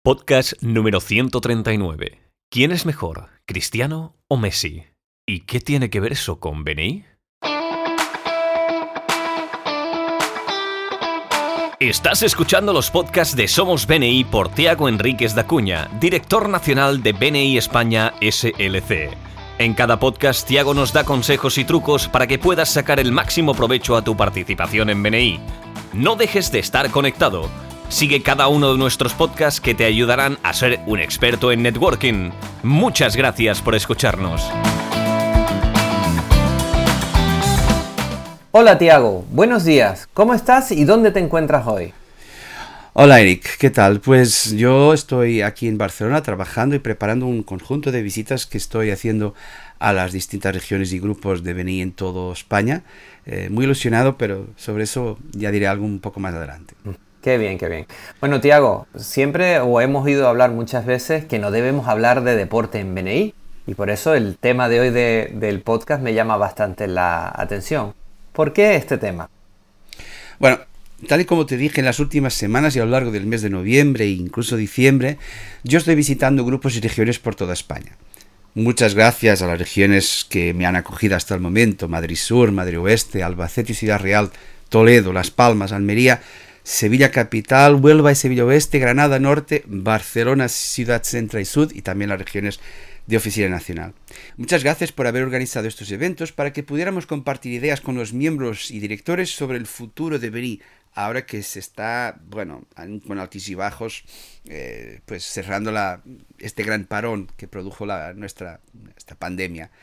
Podcast número 139. ¿Quién es mejor, Cristiano o Messi? ¿Y qué tiene que ver eso con BNI? Estás escuchando los podcasts de Somos BNI por Tiago Enríquez da Cunha, director nacional de BNI España SLC. En cada podcast, Tiago nos da consejos y trucos para que puedas sacar el máximo provecho a tu participación en BNI. No dejes de estar conectado. Sigue cada uno de nuestros podcasts que te ayudarán a ser un experto en networking. Muchas gracias por escucharnos. Hola Tiago, buenos días. ¿Cómo estás y dónde te encuentras hoy? Hola Eric, ¿qué tal? Pues yo estoy aquí en Barcelona trabajando y preparando un conjunto de visitas que estoy haciendo a las distintas regiones y grupos de BNI en toda España. Muy ilusionado, pero sobre eso ya diré algo un poco más adelante. Qué bien, qué bien. Bueno, Tiago, siempre hemos oído hablar muchas veces que no debemos hablar de deporte en BNI y por eso el tema de hoy del podcast me llama bastante la atención. ¿Por qué este tema? Bueno, tal y como te dije en las últimas semanas y a lo largo del mes de noviembre e incluso diciembre, yo estoy visitando grupos y regiones por toda España. Muchas gracias a las regiones que me han acogido hasta el momento: Madrid Sur, Madrid Oeste, Albacete y Ciudad Real, Toledo, Las Palmas, Almería, Sevilla Capital, Huelva y Sevilla Oeste, Granada Norte, Barcelona Ciudad Central y Sud y también las regiones de Oficina Nacional. Muchas gracias por haber organizado estos eventos para que pudiéramos compartir ideas con los miembros y directores sobre el futuro de BNI, ahora que se está, con altos y bajos, pues cerrando este gran parón que produjo esta pandemia.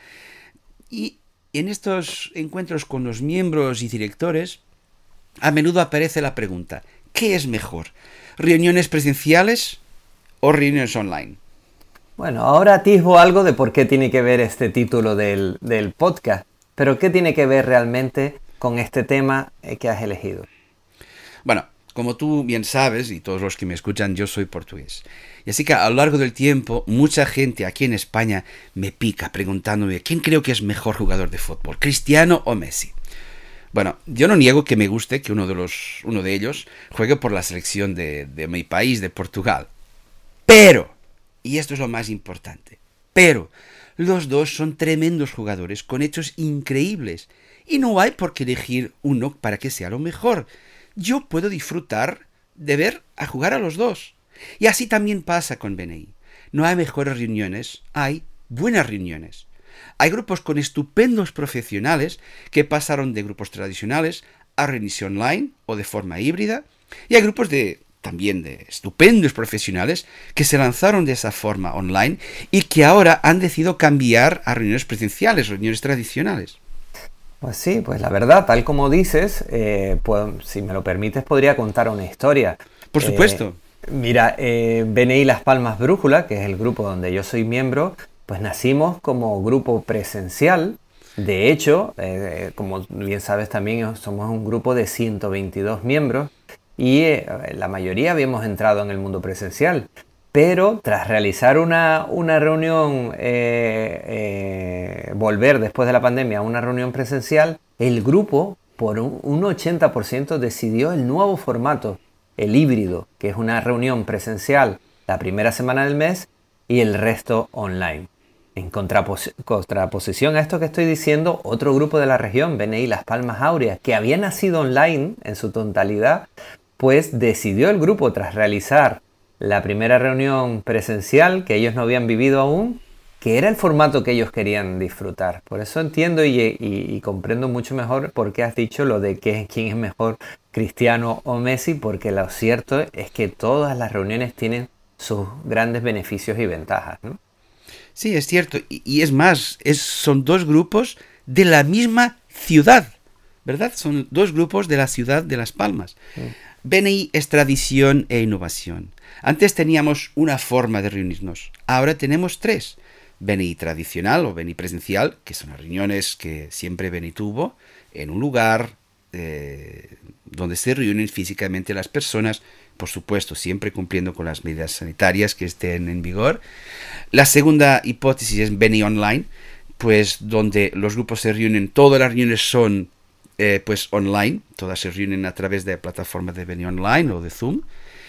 Y en estos encuentros con los miembros y directores, a menudo aparece la pregunta: ¿qué es mejor? ¿Reuniones presenciales o reuniones online? Bueno, ahora atisbo algo de por qué tiene que ver este título del podcast, pero ¿qué tiene que ver realmente con este tema que has elegido? Bueno, como tú bien sabes, y todos los que me escuchan, yo soy portugués. Y así que a lo largo del tiempo, mucha gente aquí en España me pica preguntándome ¿quién creo que es mejor jugador de fútbol, Cristiano o Messi? Bueno, yo no niego que me guste que uno de ellos juegue por la selección de mi país, de Portugal. Pero, y esto es lo más importante, los dos son tremendos jugadores con hechos increíbles y no hay por qué elegir uno para que sea lo mejor. Yo puedo disfrutar de ver a jugar a los dos. Y así también pasa con BNI. No hay mejores reuniones, hay buenas reuniones. Hay grupos con estupendos profesionales que pasaron de grupos tradicionales a reuniones online o de forma híbrida. Y hay grupos también de estupendos profesionales que se lanzaron de esa forma online y que ahora han decidido cambiar a reuniones presenciales, reuniones tradicionales. Pues sí, pues la verdad, tal como dices, pues, si me lo permites, podría contar una historia. Por supuesto. Mira, BNI Las Palmas Brújula, que es el grupo donde yo soy miembro, pues nacimos como grupo presencial. De hecho, como bien sabes también, somos un grupo de 122 miembros y la mayoría habíamos entrado en el mundo presencial. Pero tras realizar una reunión, volver después de la pandemia a una reunión presencial, el grupo por un 80% decidió el nuevo formato, el híbrido, que es una reunión presencial la primera semana del mes y el resto online. En contraposición a esto que estoy diciendo, otro grupo de la región, BNI Las Palmas Áureas, que había nacido online en su totalidad, pues decidió el grupo tras realizar la primera reunión presencial que ellos no habían vivido aún, que era el formato que ellos querían disfrutar. Por eso entiendo y comprendo mucho mejor por qué has dicho lo de quién es mejor, Cristiano o Messi, porque lo cierto es que todas las reuniones tienen sus grandes beneficios y ventajas, ¿no? Sí, es cierto. Y es más, son dos grupos de la misma ciudad, ¿verdad? Son dos grupos de la ciudad de Las Palmas. BNI es tradición e innovación. Antes teníamos una forma de reunirnos, ahora tenemos tres. BNI tradicional o BNI presencial, que son las reuniones que siempre BNI tuvo, en un lugar donde se reúnen físicamente las personas, por supuesto, siempre cumpliendo con las medidas sanitarias que estén en vigor. La segunda hipótesis es BNI online, pues donde los grupos se reúnen, todas las reuniones son pues online, todas se reúnen a través de plataformas de BNI online o de Zoom.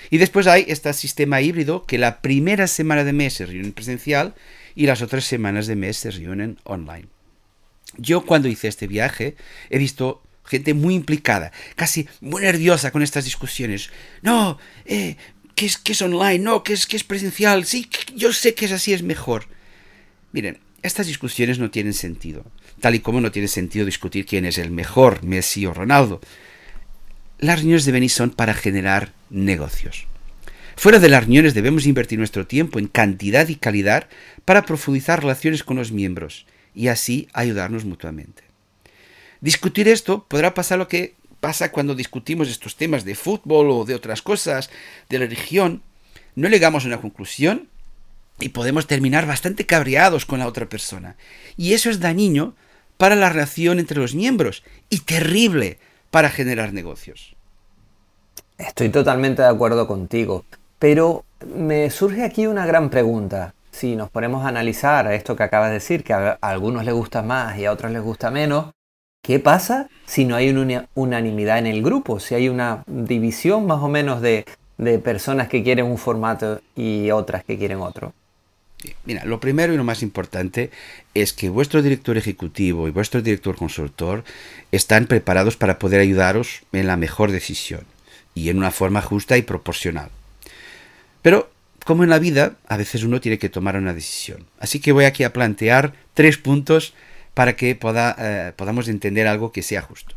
Y después hay este sistema híbrido que la primera semana de mes se reúnen presencial y las otras semanas de mes se reúnen online. Yo cuando hice este viaje he visto gente muy implicada, casi muy nerviosa con estas discusiones. No, ¿qué es online? No, ¿qué es presencial? Sí, yo sé que es así, es mejor. Miren, estas discusiones no tienen sentido, tal y como no tiene sentido discutir quién es el mejor, Messi o Ronaldo. Las reuniones de BNI son para generar negocios. Fuera de las reuniones debemos invertir nuestro tiempo en cantidad y calidad para profundizar relaciones con los miembros y así ayudarnos mutuamente. Discutir esto podrá pasar lo que pasa cuando discutimos estos temas de fútbol o de otras cosas, de la religión. No llegamos a una conclusión y podemos terminar bastante cabreados con la otra persona. Y eso es dañino para la relación entre los miembros y terrible para generar negocios. Estoy totalmente de acuerdo contigo, pero me surge aquí una gran pregunta. Si nos ponemos a analizar esto que acabas de decir, que a algunos les gusta más y a otros les gusta menos, ¿qué pasa si no hay una unanimidad en el grupo? Si hay una división más o menos de personas que quieren un formato y otras que quieren otro. Mira, lo primero y lo más importante es que vuestro director ejecutivo y vuestro director consultor están preparados para poder ayudaros en la mejor decisión y en una forma justa y proporcional. Pero, como en la vida, a veces uno tiene que tomar una decisión. Así que voy aquí a plantear 3 puntos para que podamos entender algo que sea justo.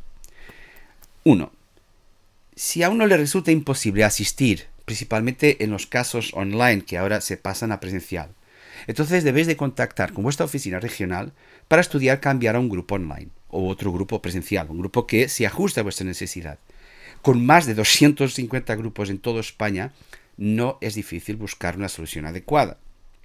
1. Si a uno le resulta imposible asistir, principalmente en los casos online que ahora se pasan a presencial, entonces debéis de contactar con vuestra oficina regional para estudiar cambiar a un grupo online o otro grupo presencial, un grupo que se ajuste a vuestra necesidad. Con más de 250 grupos en toda España, no es difícil buscar una solución adecuada.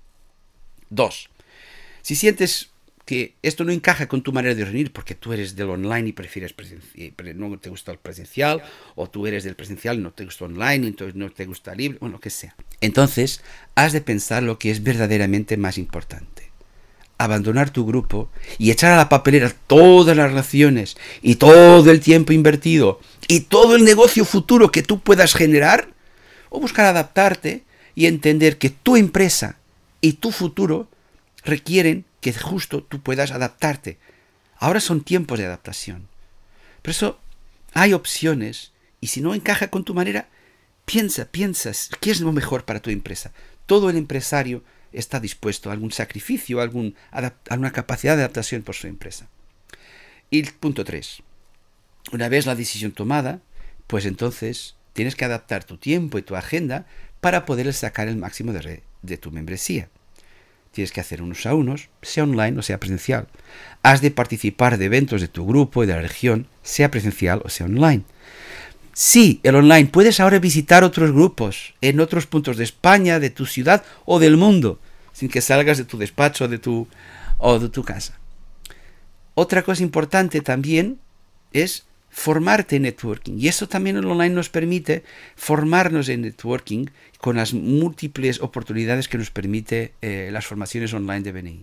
2. Si sientes que esto no encaja con tu manera de reunir porque tú eres del online y prefieres no te gusta el presencial, o tú eres del presencial y no te gusta online y entonces no te gusta libre, o lo que sea. Entonces, has de pensar lo que es verdaderamente más importante. Abandonar tu grupo y echar a la papelera todas las relaciones y todo el tiempo invertido y todo el negocio futuro que tú puedas generar, o buscar adaptarte y entender que tu empresa y tu futuro requieren que justo tú puedas adaptarte. Ahora son tiempos de adaptación. Por eso hay opciones y si no encaja con tu manera, piensas qué es lo mejor para tu empresa. Todo el empresario está dispuesto a algún sacrificio, a una capacidad de adaptación por su empresa. Y punto 3. Una vez la decisión tomada, pues entonces tienes que adaptar tu tiempo y tu agenda para poder sacar el máximo de tu membresía. Tienes que hacer unos a unos, sea online o sea presencial. Has de participar de eventos de tu grupo y de la región, sea presencial o sea online. Sí, el online. Puedes ahora visitar otros grupos en otros puntos de España, de tu ciudad o del mundo, sin que salgas de tu despacho o de tu casa. Otra cosa importante también es formarte en networking. Y eso también el online nos permite formarnos en networking con las múltiples oportunidades que nos permite las formaciones online de BNI.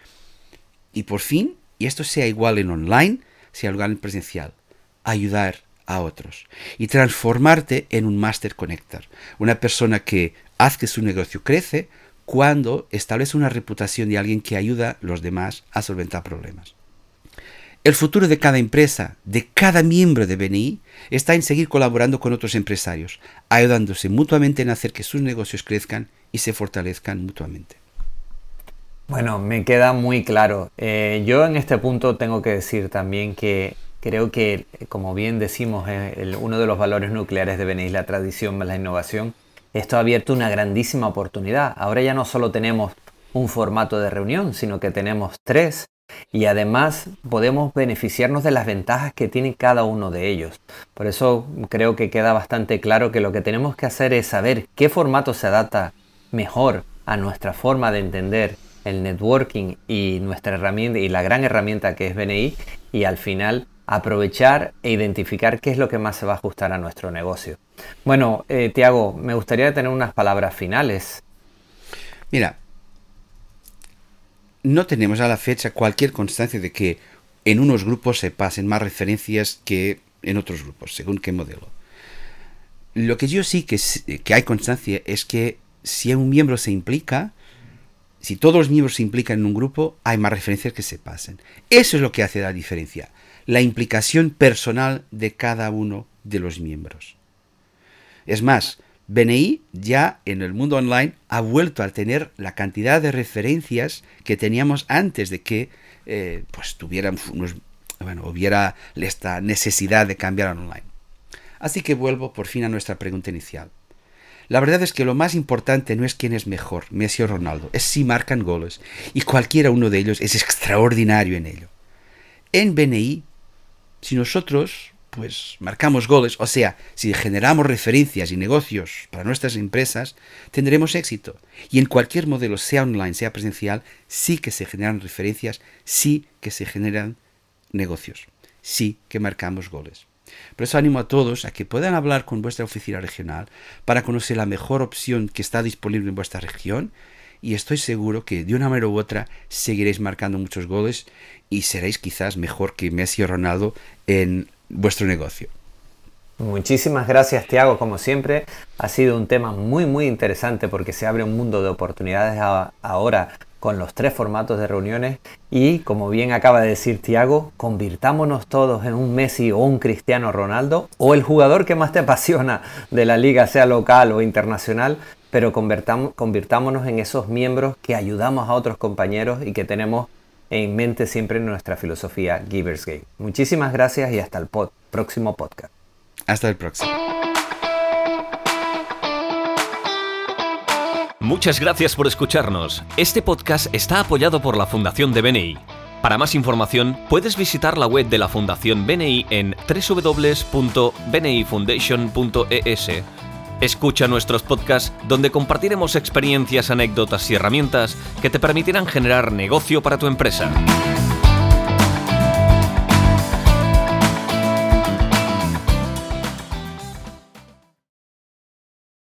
Y por fin, y esto sea igual en online, sea igual en presencial, ayudar a otros y transformarte en un Master Connector, una persona que hace que su negocio crece cuando establece una reputación de alguien que ayuda a los demás a solventar problemas. El futuro de cada empresa, de cada miembro de BNI, está en seguir colaborando con otros empresarios, ayudándose mutuamente en hacer que sus negocios crezcan y se fortalezcan mutuamente. Bueno, me queda muy claro. Yo en este punto tengo que decir también que creo que, como bien decimos, uno de los valores nucleares de BNI es la tradición más la innovación. Esto ha abierto una grandísima oportunidad. Ahora ya no solo tenemos un formato de reunión, sino que tenemos 3. Y además podemos beneficiarnos de las ventajas que tiene cada uno de ellos. Por eso creo que queda bastante claro que lo que tenemos que hacer es saber qué formato se adapta mejor a nuestra forma de entender el networking y nuestra herramienta y la gran herramienta que es BNI, y al final aprovechar e identificar qué es lo que más se va a ajustar a nuestro negocio. Bueno, Tiago, me gustaría tener unas palabras finales. Mira, no tenemos a la fecha cualquier constancia de que en unos grupos se pasen más referencias que en otros grupos, según qué modelo. Lo que yo sí que hay constancia es que si un miembro se implica, si todos los miembros se implican en un grupo, hay más referencias que se pasen. Eso es lo que hace la diferencia, la implicación personal de cada uno de los miembros. Es más, BNI ya en el mundo online ha vuelto a tener la cantidad de referencias que teníamos antes de que hubiera esta necesidad de cambiar online. Así que vuelvo por fin a nuestra pregunta inicial. La verdad es que lo más importante no es quién es mejor, Messi o Ronaldo, es si marcan goles, y cualquiera uno de ellos es extraordinario en ello. En BNI, si nosotros marcamos goles, o sea, si generamos referencias y negocios para nuestras empresas, tendremos éxito. Y en cualquier modelo, sea online, sea presencial, sí que se generan referencias, sí que se generan negocios, sí que marcamos goles. Por eso animo a todos a que puedan hablar con vuestra oficina regional para conocer la mejor opción que está disponible en vuestra región, y estoy seguro que de una manera u otra seguiréis marcando muchos goles y seréis quizás mejor que Messi o Ronaldo en vuestro negocio. Muchísimas gracias, Thiago. Como siempre, ha sido un tema muy muy interesante porque se abre un mundo de oportunidades ahora con los 3 formatos de reuniones, y como bien acaba de decir Thiago, convirtámonos todos en un Messi o un Cristiano Ronaldo, o el jugador que más te apasiona de la liga, sea local o internacional, pero convirtámonos en esos miembros que ayudamos a otros compañeros y que tenemos en mente siempre en nuestra filosofía Givers Gate. Muchísimas gracias y hasta el próximo podcast. Hasta el próximo. Muchas gracias por escucharnos. Este podcast está apoyado por la Fundación de BNI. Para más información, puedes visitar la web de la Fundación BNI en www.bnifoundation.es. Escucha nuestros podcasts donde compartiremos experiencias, anécdotas y herramientas que te permitirán generar negocio para tu empresa.